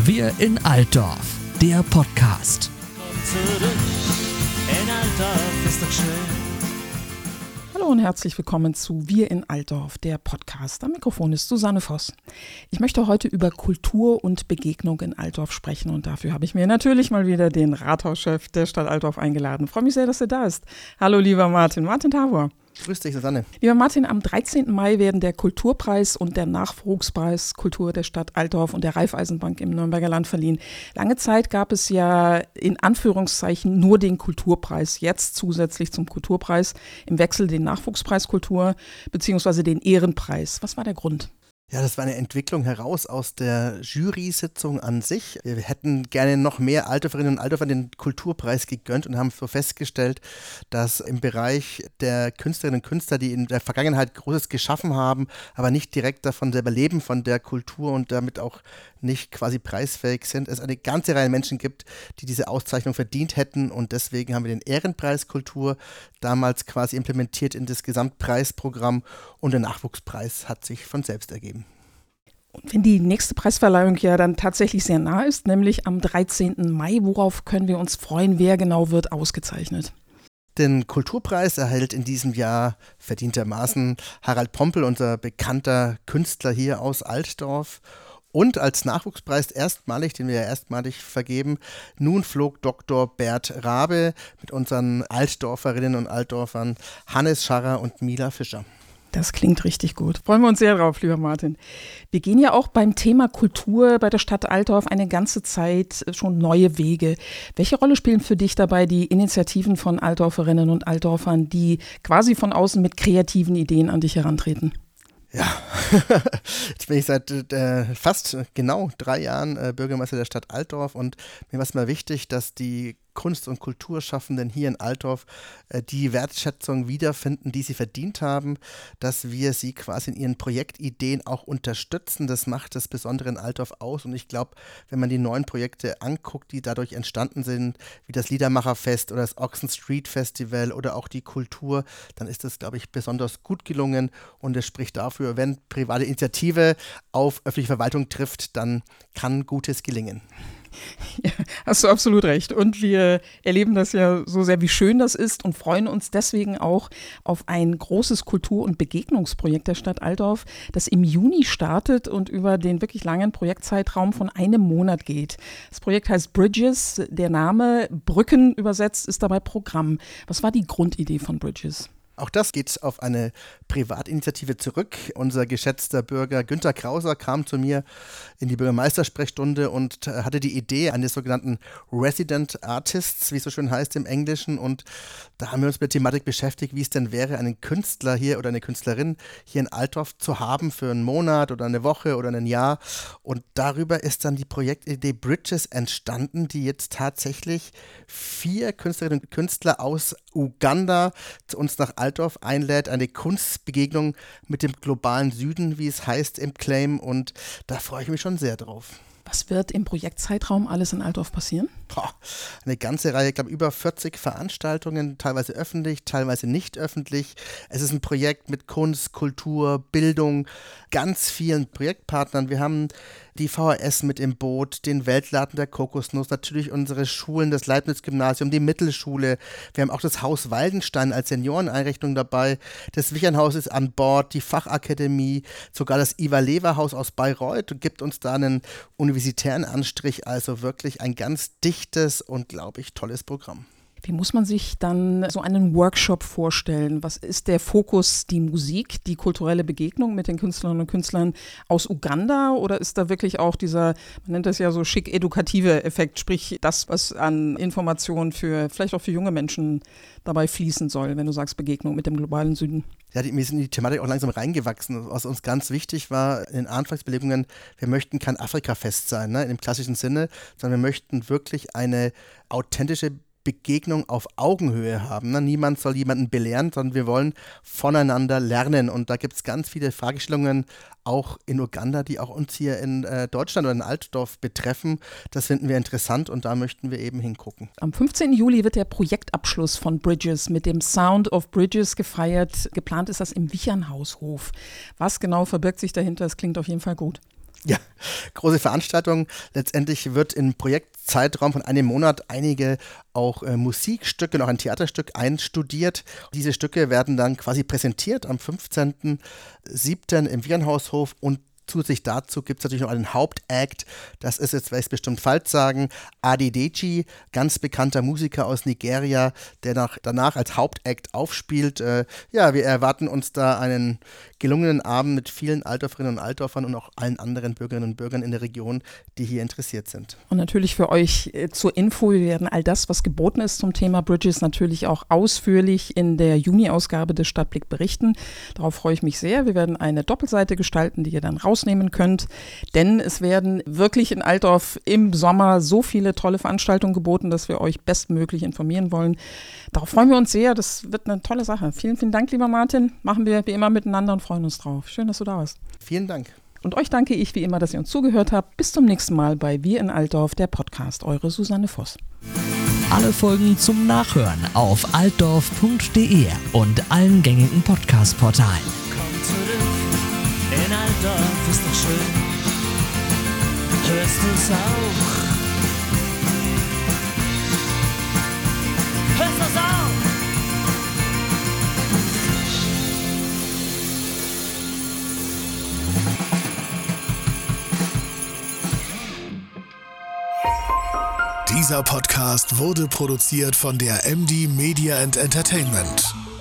Wir in Altdorf, der Podcast. Komm zurück, in Altdorf ist doch schön. Hallo und herzlich willkommen zu Wir in Altdorf, der Podcast. Am Mikrofon ist Susanne Voss. Ich möchte heute über Kultur und Begegnung in Altdorf sprechen und dafür habe ich mir natürlich mal wieder den Rathauschef der Stadt Altdorf eingeladen. Ich freue mich sehr, dass er da ist. Hallo lieber Martin Tavor. Grüß dich, Susanne. Lieber Martin, am 13. Mai werden der Kulturpreis und der Nachwuchspreis Kultur der Stadt Altdorf und der Raiffeisenbank im Nürnberger Land verliehen. Lange Zeit gab es ja in Anführungszeichen nur den Kulturpreis, jetzt zusätzlich zum Kulturpreis im Wechsel den Nachwuchspreis Kultur bzw. den Ehrenpreis. Was war der Grund? Ja, das war eine Entwicklung heraus aus der Jury-Sitzung an sich. Wir hätten gerne noch mehr Altdorferinnen und Altdorfer den Kulturpreis gegönnt und haben so festgestellt, dass im Bereich der Künstlerinnen und Künstler, die in der Vergangenheit Großes geschaffen haben, aber nicht direkt davon selber leben, von der Kultur und damit auch nicht quasi preisfähig sind, es eine ganze Reihe Menschen gibt, die diese Auszeichnung verdient hätten, und deswegen haben wir den Ehrenpreis Kultur damals quasi implementiert in das Gesamtpreisprogramm, und der Nachwuchspreis hat sich von selbst ergeben. Und wenn die nächste Preisverleihung ja dann tatsächlich sehr nah ist, nämlich am 13. Mai, worauf können wir uns freuen? Wer genau wird ausgezeichnet? Den Kulturpreis erhält in diesem Jahr verdientermaßen Harald Pompel, unser bekannter Künstler hier aus Altdorf. Und als Nachwuchspreis erstmalig, den wir ja erstmalig vergeben, nun flog Dr. Bert Rabe mit unseren Altdorferinnen und Altdorfern Hannes Scharrer und Mila Fischer. Das klingt richtig gut. Freuen wir uns sehr drauf, lieber Martin. Wir gehen ja auch beim Thema Kultur bei der Stadt Altdorf eine ganze Zeit schon neue Wege. Welche Rolle spielen für dich dabei die Initiativen von Altdorferinnen und Altdorfern, die quasi von außen mit kreativen Ideen an dich herantreten? Ja, jetzt bin ich seit fast genau 3 Jahren Bürgermeister der Stadt Altdorf, und mir war es mal wichtig, dass die Kunst- und Kulturschaffenden hier in Altdorf die Wertschätzung wiederfinden, die sie verdient haben, dass wir sie quasi in ihren Projektideen auch unterstützen. Das macht das Besondere in Altdorf aus, und ich glaube, wenn man die neuen Projekte anguckt, die dadurch entstanden sind, wie das Liedermacherfest oder das Ochsen Street Festival oder auch die Kultur, dann ist das, glaube ich, besonders gut gelungen, und es spricht dafür, wenn private Initiative auf öffentliche Verwaltung trifft, dann kann Gutes gelingen. Ja, hast du absolut recht. Und wir erleben das ja so sehr, wie schön das ist, und freuen uns deswegen auch auf ein großes Kultur- und Begegnungsprojekt der Stadt Altdorf, das im Juni startet und über den wirklich langen Projektzeitraum von 1 Monat geht. Das Projekt heißt Bridges. Der Name Brücken übersetzt ist dabei Programm. Was war die Grundidee von Bridges? Auch das geht auf eine Privatinitiative zurück. Unser geschätzter Bürger Günter Krauser kam zu mir in die Bürgermeistersprechstunde und hatte die Idee eines sogenannten Resident Artists, wie es so schön heißt im Englischen. Und da haben wir uns mit der Thematik beschäftigt, wie es denn wäre, einen Künstler hier oder eine Künstlerin hier in Altdorf zu haben für einen Monat oder eine Woche oder ein Jahr. Und darüber ist dann die Projektidee Bridges entstanden, die jetzt tatsächlich 4 Künstlerinnen und Künstler aus Uganda zu uns nach Altdorf einlädt, eine Kunstbegegnung mit dem globalen Süden, wie es heißt im Claim, und da freue ich mich schon sehr drauf. Was wird im Projektzeitraum alles in Altdorf passieren? Eine ganze Reihe, ich glaube über 40 Veranstaltungen, teilweise öffentlich, teilweise nicht öffentlich. Es ist ein Projekt mit Kunst, Kultur, Bildung, ganz vielen Projektpartnern. Wir haben die VHS mit im Boot, den Weltladen der Kokosnuss, natürlich unsere Schulen, das Leibniz-Gymnasium, die Mittelschule. Wir haben auch das Haus Waldenstein als Senioreneinrichtung dabei. Das Wichernhaus ist an Bord, die Fachakademie, sogar das Ivar-Lever-Haus aus Bayreuth gibt uns da einen universitären Anstrich. Also wirklich ein ganz dichtes und, glaube ich, tolles Programm. Wie muss man sich dann so einen Workshop vorstellen? Was ist der Fokus, die Musik, die kulturelle Begegnung mit den Künstlerinnen und Künstlern aus Uganda, oder ist da wirklich auch dieser, man nennt das ja so schick edukative Effekt, sprich das, was an Informationen für vielleicht auch für junge Menschen dabei fließen soll, wenn du sagst Begegnung mit dem globalen Süden? Ja, wir sind in die Thematik auch langsam reingewachsen. Was uns ganz wichtig war in den Anfangsbelegungen, wir möchten kein Afrika-Fest sein, ne, im klassischen Sinne, sondern wir möchten wirklich eine authentische Begegnung auf Augenhöhe haben. Ne? Niemand soll jemanden belehren, sondern wir wollen voneinander lernen. Und da gibt es ganz viele Fragestellungen, auch in Uganda, die auch uns hier in Deutschland oder in Altdorf betreffen. Das finden wir interessant, und da möchten wir eben hingucken. Am 15. Juli wird der Projektabschluss von Bridges mit dem Sound of Bridges gefeiert. Geplant ist das im Wichernhaushof. Was genau verbirgt sich dahinter? Das klingt auf jeden Fall gut. Ja, große Veranstaltung. Letztendlich wird im Projektzeitraum von einem Monat einige auch Musikstücke, noch ein Theaterstück einstudiert. Diese Stücke werden dann quasi präsentiert am 15.07. im Virenhaushof und zusätzlich dazu gibt es natürlich noch einen Hauptakt, das ist, jetzt werde ich es bestimmt falsch sagen, Adedeji, ganz bekannter Musiker aus Nigeria, der danach als Hauptakt aufspielt. Ja, wir erwarten uns da einen gelungenen Abend mit vielen Altdorferinnen und Altdorfern und auch allen anderen Bürgerinnen und Bürgern in der Region, die hier interessiert sind. Und natürlich für euch zur Info, wir werden all das, was geboten ist zum Thema Bridges, natürlich auch ausführlich in der Juni-Ausgabe des Stadtblick berichten. Darauf freue ich mich sehr. Wir werden eine Doppelseite gestalten, die ihr dann rausnehmen könnt, denn es werden wirklich in Altdorf im Sommer so viele tolle Veranstaltungen geboten, dass wir euch bestmöglich informieren wollen. Darauf freuen wir uns sehr. Das wird eine tolle Sache. Vielen, vielen Dank, lieber Martin. Machen wir wie immer miteinander und freuen uns drauf. Schön, dass du da warst. Vielen Dank. Und euch danke ich wie immer, dass ihr uns zugehört habt. Bis zum nächsten Mal bei Wir in Altdorf, der Podcast. Eure Susanne Voss. Alle Folgen zum Nachhören auf altdorf.de und allen gängigen Podcast-Portalen. Komm zurück, in Altdorf ist doch schön. Hörst du's auch? Hörst du's auch? Dieser Podcast wurde produziert von der MD Media & Entertainment.